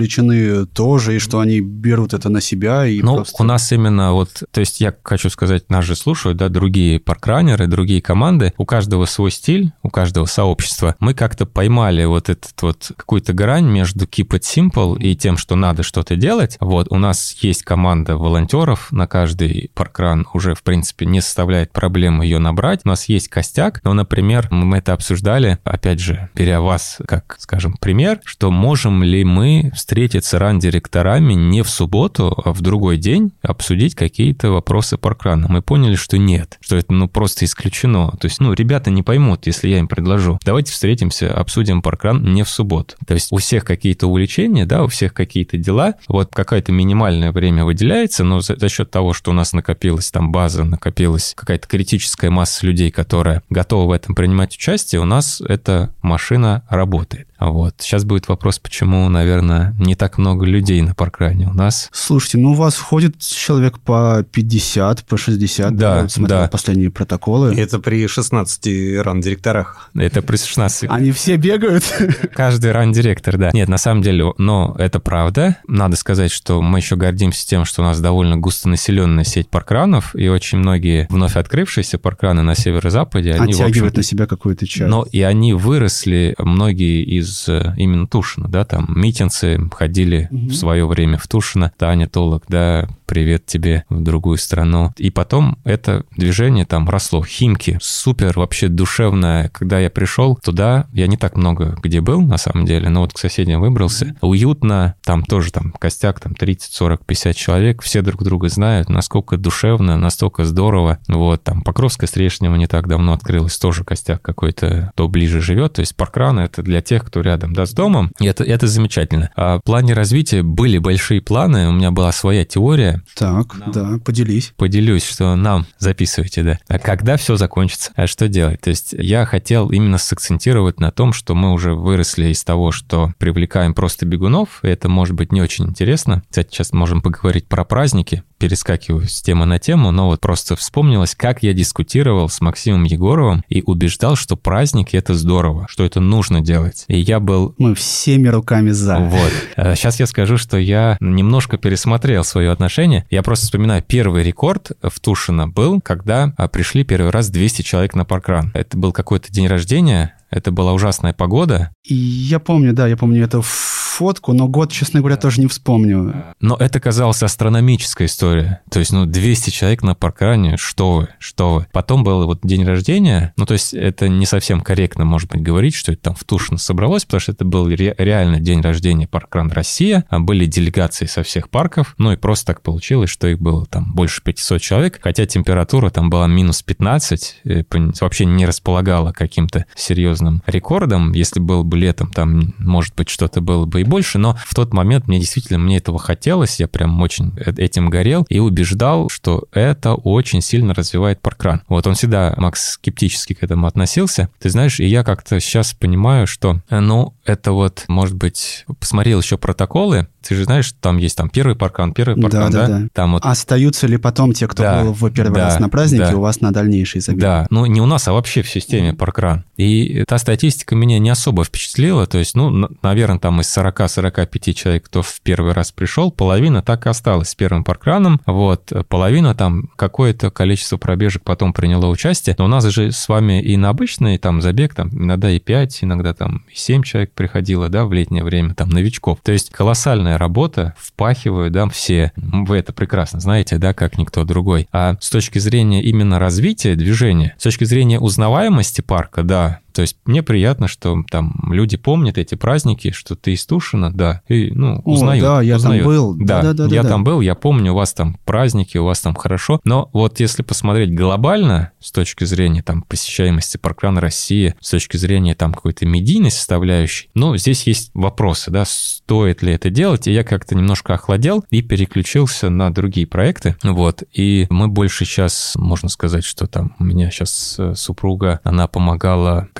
Speaker 4: люди тоже, и что они берут это на себя. И
Speaker 1: у нас именно вот, то есть я хочу сказать, нас же слушают, да, другие паркранеры, другие команды, у каждого свой стиль, у каждого сообщества. Мы как-то поймали вот этот вот какую-то грань между keep it simple и тем, что надо что-то делать. Вот, у нас есть команда волонтеров, на каждый паркран уже, в принципе, не составляет проблем ее набрать. У нас есть костяк, но, например, мы это обсуждали, опять же, беря вас как, скажем, пример, что можем ли мы встретиться ран-директорами не в субботу, а в другой день, обсудить какие-то вопросы паркрана. Мы поняли, что нет, что это просто исключено. То есть, ребята не поймут, если я им предложу. Давайте встретимся, обсудим паркран не в субботу. То есть у всех какие-то увлечения, да, у всех какие-то дела. Вот какое-то минимальное время выделяется, но за счет того, что у нас накопилась там база, накопилась какая-то критическая масса людей, которая готова в этом принимать участие, у нас эта машина работает. Вот. Сейчас будет вопрос, почему, наверное, не так много людей на паркране у нас.
Speaker 4: Слушайте, у вас входит человек по 50, по 60,
Speaker 1: да,
Speaker 4: смотрел последние протоколы.
Speaker 3: Это при 16 ран-директорах.
Speaker 1: Это при 16.
Speaker 4: Они все бегают?
Speaker 1: Каждый ран-директор, да. Нет, на самом деле, но это правда. Надо сказать, что мы еще гордимся тем, что у нас довольно густонаселенная сеть паркранов, и очень многие вновь открывшиеся паркраны на северо-западе, они,
Speaker 4: оттягивают на себя какую-то часть.
Speaker 1: Но и они выросли, многие из именно Тушино, да, там митинцы ходили в свое время в Тушино, Таня Толок, да, привет тебе в другую страну. И потом это движение там росло. Химки, супер вообще душевное. Когда я пришел туда, я не так много где был, на самом деле, но вот к соседям выбрался. Уютно, там тоже там костяк, там 30, 40, 50 человек, все друг друга знают, насколько душевно, настолько здорово. Вот, там Покровская Стрешнева не так давно открылась, тоже костяк какой-то, кто ближе живет. То есть паркран — это для тех, кто рядом, да, с домом, и это замечательно. А в плане развития были большие планы, у меня была своя теория.
Speaker 4: Так, да, поделись.
Speaker 1: Поделюсь, что нам записывайте, да. А когда все закончится? А что делать? То есть я хотел именно сакцентировать на том, что мы уже выросли из того, что привлекаем просто бегунов, и это может быть не очень интересно. Кстати, сейчас можем поговорить про праздники, перескакиваю с темы на тему, но вот просто вспомнилось, как я дискутировал с Максимом Егоровым и убеждал, что праздники — это здорово, что это нужно делать. И я был...
Speaker 4: Мы всеми руками за.
Speaker 1: Вот. Сейчас я скажу, что я немножко пересмотрел свое отношение. Я просто вспоминаю, первый рекорд в Тушино был, когда пришли первый раз 200 человек на паркран. Это был какой-то день рождения, это была ужасная погода.
Speaker 4: И я помню эту фотку, но год, честно говоря, тоже не вспомню.
Speaker 1: Но это казалось астрономическая история. То есть, 200 человек на паркране, что вы. Потом был вот день рождения, то есть это не совсем корректно, может быть, говорить, что это там в Тушино собралось, потому что это был реально день рождения Паркран Россия, были делегации со всех парков, и просто так получилось, что их было там больше 500 человек, хотя температура там была минус 15, вообще не располагала каким-то серьезным рекордом. Если было бы летом, там, может быть, что-то было бы и больше, но в тот момент мне этого хотелось, я прям очень этим горел и убеждал, что это очень сильно развивает паркран. Вот он всегда, Макс, скептически к этому относился. Ты знаешь, и я как-то сейчас понимаю, что, это вот, может быть, посмотрел еще протоколы, ты же знаешь, там есть первый паркран, да? Там вот...
Speaker 4: Остаются ли потом те, кто был в первый раз на празднике, у вас на дальнейшие забеги?
Speaker 1: Да, не у нас, а вообще в системе паркран. И та статистика меня не особо впечатлила, то есть, наверное, там из 40-45 человек, кто в первый раз пришел, половина так и осталась с первым паркраном, вот, половина там какое-то количество пробежек потом приняло участие, но у нас же с вами и на обычный там забег, там иногда и 5, иногда там и 7 человек приходило, да, в летнее время, там, новичков. То есть колоссальная работа, впахивают, да, все. Вы это прекрасно знаете, да, как никто другой. А с точки зрения именно развития движения, с точки зрения узнаваемости парка, да, то есть мне приятно, что там люди помнят эти праздники, что ты из Тушино, да, и, узнают.
Speaker 4: Да, я там был.
Speaker 1: Да, я там был, я помню, у вас там праздники, у вас там хорошо. Но вот если посмотреть глобально, с точки зрения там посещаемости паркрана России, с точки зрения там какой-то медийной составляющей, здесь есть вопросы, да, стоит ли это делать, и я как-то немножко охладел и переключился на другие проекты, вот, и мы больше сейчас, можно сказать, что там у меня сейчас супруга, она помогала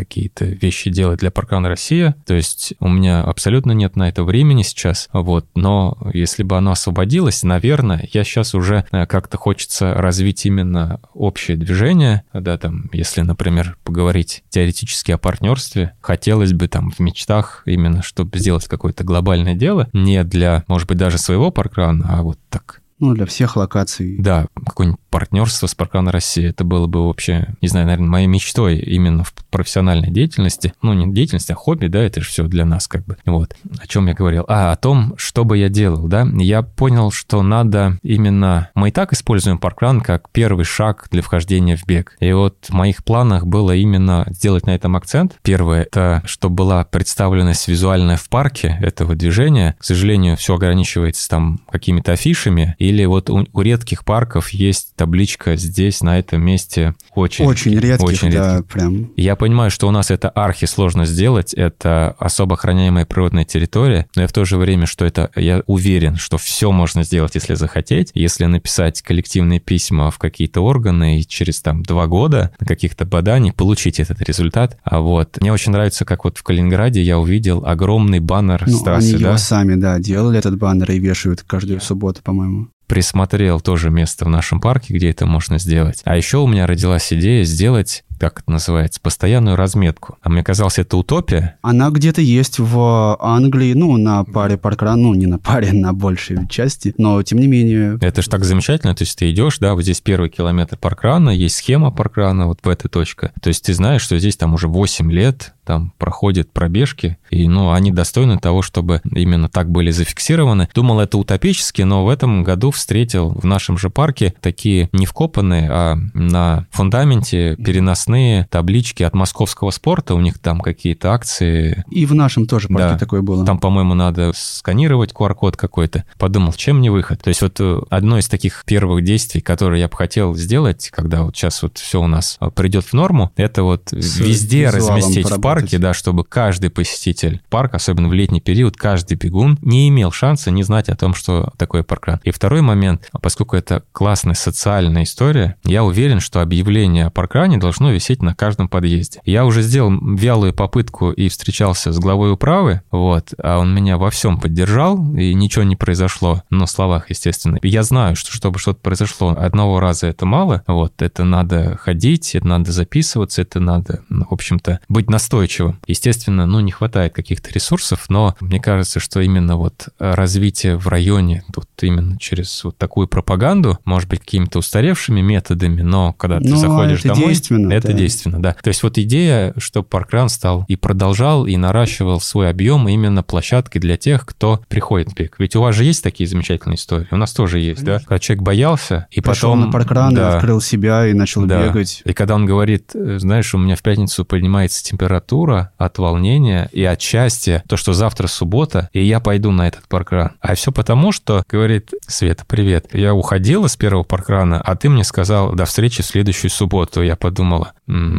Speaker 1: какие-то вещи делать для Паркрана Россия. То есть у меня абсолютно нет на это времени сейчас. Вот. Но если бы оно освободилось, наверное, я сейчас уже как-то хочется развить именно общее движение. Да, там, если, например, поговорить теоретически о партнерстве, хотелось бы там в мечтах именно, чтобы сделать какое-то глобальное дело, не для, может быть, даже своего паркрана, а вот так.
Speaker 4: Ну, для всех локаций.
Speaker 1: Да, какое-нибудь партнерство с Паркраном России. Это было бы вообще, не знаю, наверное, моей мечтой именно в профессиональной деятельности. Ну, не деятельности, а хобби, да, это же все для нас как бы. Вот. О чем я говорил? О том, что бы я делал, да. Я понял, что надо именно... Мы и так используем паркран как первый шаг для вхождения в бег. И вот в моих планах было именно сделать на этом акцент. Первое, это чтобы была представленность визуальная в парке этого движения. К сожалению, все ограничивается там какими-то афишами. Или вот у редких парков есть табличка здесь, на этом месте. Очень редких,
Speaker 4: да, прям.
Speaker 1: Я понимаю, что у нас это архисложно сделать, это особо охраняемая природная территория, но я в то же время, что это, я уверен, что все можно сделать, если захотеть, если написать коллективные письма в какие-то органы и через там 2 года на каких-то баданий получить этот результат. А вот мне очень нравится, как вот в Калининграде я увидел огромный баннер с трассы.
Speaker 4: Они его сами, да, делали этот баннер и вешают каждую субботу, по-моему.
Speaker 1: Присмотрел тоже место в нашем парке, где это можно сделать. А еще у меня родилась идея сделать, как это называется, постоянную разметку. А мне казалось, это утопия.
Speaker 4: Она где-то есть в Англии, ну, на паре паркран, ну, не на паре, на большей части, но тем не менее...
Speaker 1: Это же так замечательно, то есть ты идешь, да, вот здесь первый километр паркрана, есть схема паркрана, вот в этой точке. То есть ты знаешь, что здесь там уже 8 лет, там проходят пробежки, и, ну, они достойны того, чтобы именно так были зафиксированы. Думал, это утопически, но в этом году встретил в нашем же парке такие не вкопанные, а на фундаменте переносные таблички от московского спорта, у них там какие-то акции.
Speaker 4: И в нашем тоже парке такое было.
Speaker 1: Там, по-моему, надо сканировать QR-код какой-то. Подумал, чем не выход? То есть вот одно из таких первых действий, которые я бы хотел сделать, когда вот сейчас вот все у нас придет в норму, это вот везде разместить в парке, да, чтобы каждый посетитель парка, особенно в летний период, каждый бегун не имел шанса не знать о том, что такое паркран. И второй момент, поскольку это классная социальная история, я уверен, что объявление о паркране должно висеть на каждом подъезде. Я уже сделал вялую попытку и встречался с главой управы, вот, а он меня во всем поддержал, и ничего не произошло, на словах, естественно. И я знаю, что чтобы что-то произошло одного раза, это мало, вот, это надо ходить, это надо записываться, это надо, в общем-то, быть настойчивым. Естественно, ну, не хватает каких-то ресурсов, но мне кажется, что именно вот развитие в районе, тут именно через вот такую пропаганду, может быть, какими-то устаревшими методами, но когда ты заходишь
Speaker 4: это
Speaker 1: домой,
Speaker 4: действенно,
Speaker 1: это действенно, да. То есть вот идея, чтобы паркран стал и продолжал, и наращивал свой объем именно площадкой для тех, кто приходит в бег. Ведь у вас же есть такие замечательные истории, у нас тоже есть, конечно. Да? Когда человек боялся, и
Speaker 4: пришел
Speaker 1: потом...
Speaker 4: на паркран, да, и открыл себя, и начал бегать.
Speaker 1: И когда он говорит, знаешь, у меня в пятницу поднимается температура от волнения и от счастья, то, что завтра суббота, и я пойду на этот паркран. А все потому, что, говорит, Света, привет, я уходила с первого паркрана, а ты мне сказал, до встречи в следующую субботу. Я подумала,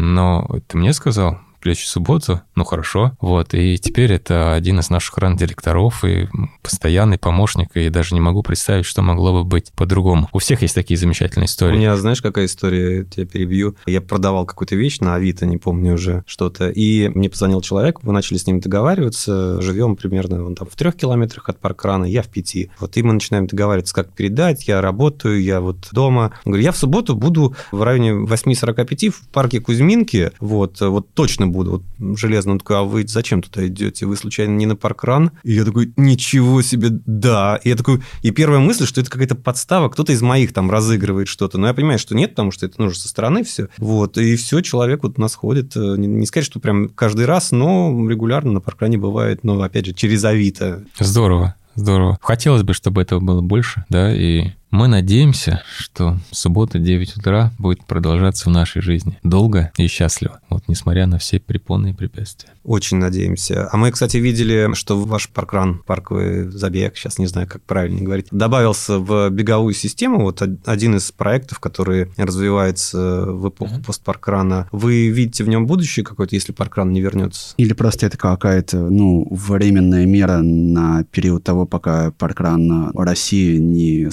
Speaker 1: но ты мне сказал? В следующую субботу, ну хорошо, вот, и теперь это один из наших директоров и постоянный помощник, и даже не могу представить, что могло бы быть по-другому. У всех есть такие замечательные истории.
Speaker 3: У меня, знаешь, какая история, я тебя перебью. Я продавал какую-то вещь на Авито, не помню уже что-то, и мне позвонил человек, мы начали с ним договариваться, живем примерно вон там в 3 километрах от паркрана, я в 5. Вот, и мы начинаем договариваться, как передать, я работаю, я вот дома. Он говорит, я в субботу буду в районе 8:45 в парке Кузьминки, вот точно буду, вот железно. Он такой, а вы зачем туда идете? Вы случайно не на паркран? И я такой, ничего себе, да. И я такой, и первая мысль, что это какая-то подстава, кто-то из моих там разыгрывает что-то. Но я понимаю, что нет, потому что это нужно со стороны все. Вот, и все, человек вот у нас ходит, не сказать, что прям каждый раз, но регулярно на паркране бывает, но, опять же, через Авито.
Speaker 1: Здорово. Здорово. Хотелось бы, чтобы этого было больше, да, и мы надеемся, что суббота 9 утра будет продолжаться в нашей жизни долго и счастливо, вот, несмотря на все препоны и препятствия.
Speaker 3: Очень надеемся. А мы, кстати, видели, что ваш паркран, парковый забег, сейчас не знаю, как правильно говорить, добавился в беговую систему, вот один из проектов, который развивается в эпоху постпаркрана. Вы видите в нем будущее какое-то, если паркран не вернется?
Speaker 4: Или просто это какая-то, временная мера на период того, пока паркран России не скажет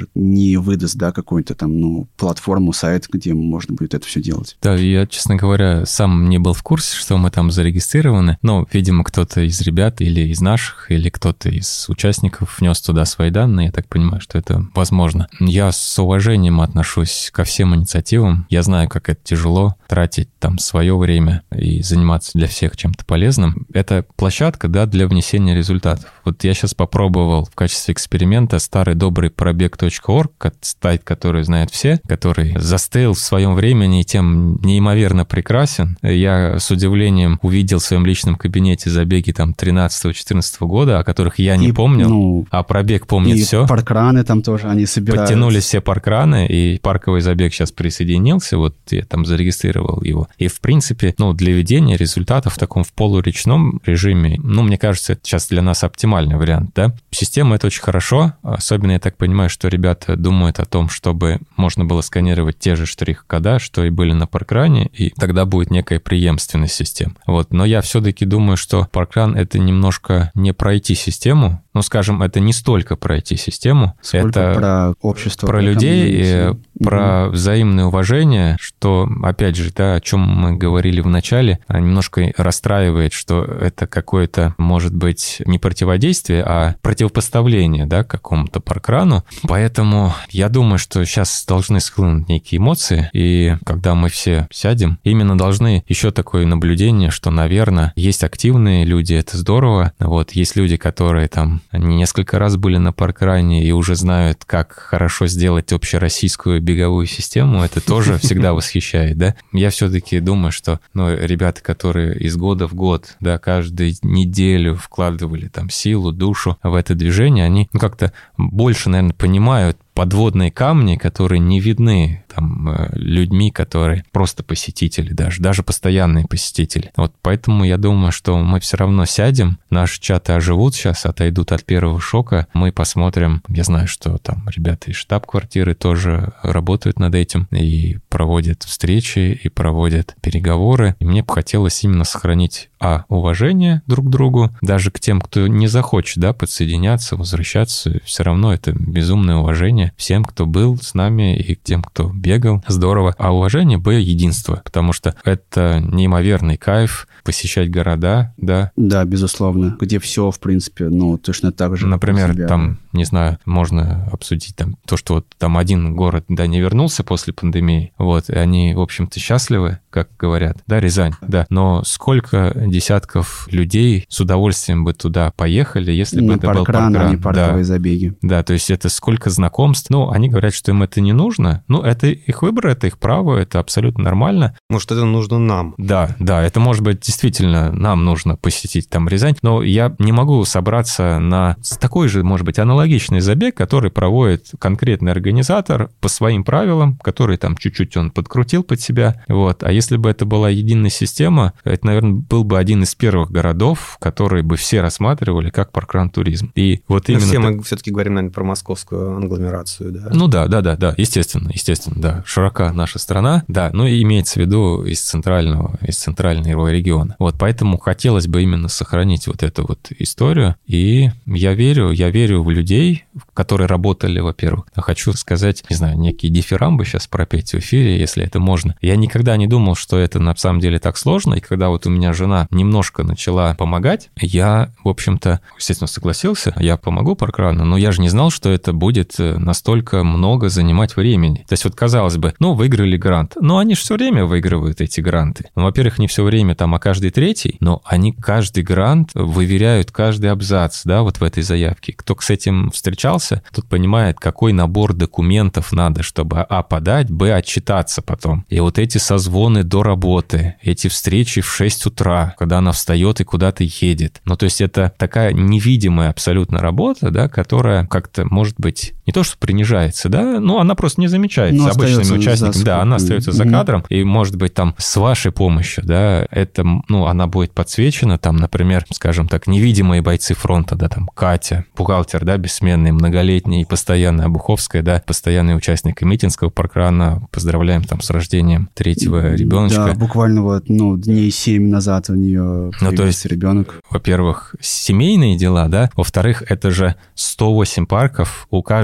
Speaker 4: может, не выдаст, да, какую-то там, ну, платформу, сайт, где можно будет это все делать.
Speaker 1: Да, я, честно говоря, сам не был в курсе, что мы там зарегистрированы, но, видимо, кто-то из ребят или из наших, или кто-то из участников внес туда свои данные, я так понимаю, что это возможно. Я с уважением отношусь ко всем инициативам, я знаю, как это тяжело, тратить там свое время и заниматься для всех чем-то полезным. Это площадка, да, для внесения результатов. Вот я сейчас попробовал в качестве эксперимента старый добрый пробег.орг, сайт, который знают все, который застыл в своем времени и тем неимоверно прекрасен. Я с удивлением увидел в своем личном кабинете забеги там 13-14 года, о которых я не помнил, ну, а пробег помнит
Speaker 4: и
Speaker 1: все.
Speaker 4: И паркраны там тоже, они собираются.
Speaker 1: Подтянулись все паркраны, и парковый забег сейчас присоединился, вот я там зарегистрировал его. И, в принципе, ну, для ведения результатов в таком в полуречном режиме, ну, мне кажется, это сейчас для нас оптимальный вариант, да. Система — это очень хорошо, особенно я так понимаю, что ребята думают о том, чтобы можно было сканировать те же штрих-кода, что и были на паркране, и тогда будет некая преемственность систем. Вот. Но я все-таки думаю, что паркран — это немножко не пройти систему, ну, скажем, это не столько пройти систему,
Speaker 4: сколько
Speaker 1: это
Speaker 4: про общество,
Speaker 1: про людей, про взаимное уважение, что, опять же, да, о чем мы говорили в начале, немножко расстраивает, что это какое-то, может быть, не противодействие, а противопоставление, да, какому-то паркрану. Поэтому я думаю, что сейчас должны схлынуть некие эмоции, и когда мы все сядем, именно должны еще такое наблюдение, что, наверное, есть активные люди, это здорово, вот, есть люди, которые там, они несколько раз были на паркране и уже знают, как хорошо сделать общероссийскую беговую систему, это тоже всегда восхищает, да. Я все-таки думаю, что, ну, ребята, которые из года в год, да, каждую неделю вкладывали там силу, душу в это движение, они, ну, как-то больше, наверное, понимают подводные камни, которые не видны там людьми, которые просто посетители, даже постоянные посетители. Вот поэтому я думаю, что мы все равно сядем, наши чаты оживут сейчас, отойдут от первого шока, мы посмотрим, я знаю, что там ребята из штаб-квартиры тоже работают над этим и проводят встречи, и проводят переговоры, и мне бы хотелось именно сохранить уважение друг к другу, даже к тем, кто не захочет, да, подсоединяться, возвращаться, все равно это безумное уважение всем, кто был с нами, и к тем, кто бегал. Здорово. А уважение, единство, потому что это неимоверный кайф посещать города, да.
Speaker 4: Да, безусловно. Где все, в принципе, ну, точно так же.
Speaker 1: Например, там, не знаю, можно обсудить там то, что вот там один город, да, не вернулся после пандемии, вот, и они, в общем-то, счастливы, как говорят, да, Рязань, да, но сколько десятков людей с удовольствием бы туда поехали, если бы это был паркран.
Speaker 4: А не парковые забеги.
Speaker 1: Да, то есть это сколько знакомств. Ну, они говорят, что им это не нужно. Ну, это их выбор, это их право, это абсолютно нормально.
Speaker 3: Может, это нужно нам.
Speaker 1: Да, это может быть действительно нам нужно посетить там Рязань, но я не могу собраться на такой же, может быть, аналогичный забег, который проводит конкретный организатор по своим правилам, который там чуть-чуть он подкрутил под себя. Вот. А если бы это была единая система, это, наверное, был бы один из первых городов, которые бы все рассматривали как паркран-туризм. И вот именно...
Speaker 3: Все мы все-таки говорим, наверное, про московскую англомерацию, да?
Speaker 1: Ну да, естественно, да. Широка наша страна, да, но имеется в виду из центрального его региона. Вот поэтому хотелось бы именно сохранить вот эту вот историю. И я верю в людей, которые работали, во-первых. Хочу сказать, не знаю, некие дифирамбы сейчас пропеть в эфире, если это можно. Я никогда не думал, что это на самом деле так сложно. И когда вот у меня жена немножко начала помогать, я, в общем-то, естественно, согласился, я помогу паркрану, но я же не знал, что это будет настолько много занимать времени. То есть вот казалось бы, ну, выиграли грант. Но они же все время выигрывают эти гранты. Ну, во-первых, не все время там, а каждый третий, но они каждый грант выверяют каждый абзац, да, вот в этой заявке. Кто с этим встречался, тот понимает, какой набор документов надо, чтобы подать, отчитаться потом. И вот эти созвоны до работы, эти встречи в 6 утра, когда она встает и куда-то едет. Ну, то есть это такая невидимая абсолютно работа, да, которая как-то, может быть, не то что принижается, да, но она просто не замечается обычными участниками. Да, она остается за кадром, и, может быть, там с вашей помощью, да, это, ну, она будет подсвечена, там, например, скажем так, невидимые бойцы фронта, да, там, Катя, бухгалтер, да, бессменный, многолетний, постоянная Обуховская, да, постоянный участник Митинского паркрана, поздравляем там с рождением 3-го ребеночка.
Speaker 4: Да, буквально вот, ну, дней 7 назад у нее появился ребенок.
Speaker 1: Во-первых, семейные дела, да, во-вторых, это же 108 парков, у каждого даже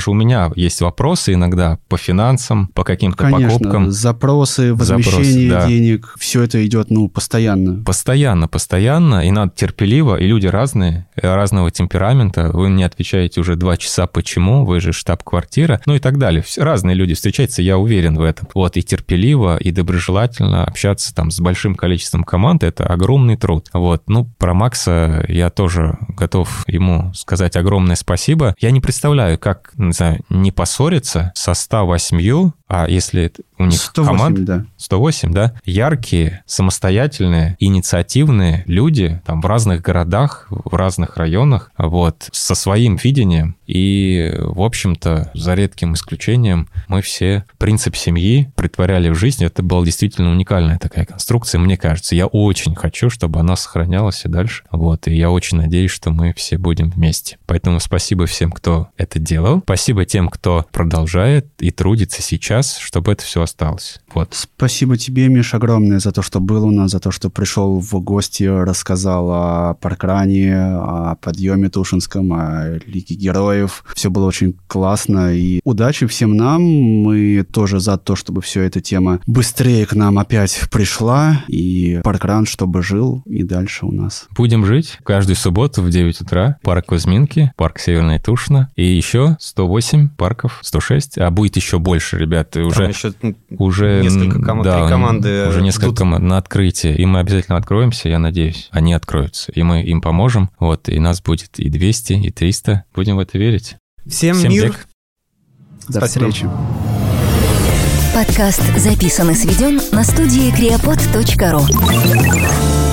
Speaker 1: даже у меня есть вопросы иногда по финансам, по каким-то покупкам.
Speaker 4: Запросы, возмещение денег, все это идет, постоянно.
Speaker 1: Постоянно, и надо терпеливо, и люди разного темперамента. Вы мне отвечаете уже 2 часа, почему, вы же штаб-квартира, и так далее. Разные люди встречаются, я уверен в этом. И терпеливо, и доброжелательно общаться там с большим количеством команд, это огромный труд. Про Макса я тоже готов ему сказать огромное спасибо. Я не представляю, как, не поссориться со 108, а если у них
Speaker 4: 108,
Speaker 1: команда...
Speaker 4: да.
Speaker 1: 108, да? Яркие, самостоятельные, инициативные люди там в разных городах, в разных районах, со своим видением. И, в общем-то, за редким исключением, мы все принцип семьи притворяли в жизнь. Это была действительно уникальная такая конструкция, мне кажется. Я очень хочу, чтобы она сохранялась и дальше. И я очень надеюсь, что мы все будем вместе. Поэтому спасибо всем, кто это делал. Спасибо тем, кто продолжает и трудится сейчас, чтобы это все осталось.
Speaker 4: Спасибо тебе, Миш, огромное за то, что был у нас, за то, что пришел в гости, рассказал о Паркране, о подъеме Тушинском, о Лиге Героев. Все было очень классно, и удачи всем нам. Мы тоже за то, чтобы все эта тема быстрее к нам опять пришла, и Паркран, чтобы жил и дальше у нас.
Speaker 1: Будем жить каждую субботу в 9 утра. Парк Кузьминки, парк Северная Тушина, и еще 108 парков, 106, а будет еще больше, ребята. Уже
Speaker 3: несколько команды.
Speaker 1: Уже несколько команд на открытие. И мы обязательно откроемся, я надеюсь. Они откроются. И мы им поможем. И нас будет и 200, и 300. Будем в это верить.
Speaker 3: Всем мир.
Speaker 4: До встречи.
Speaker 6: Подкаст записан и сведен на студии creapod.ru.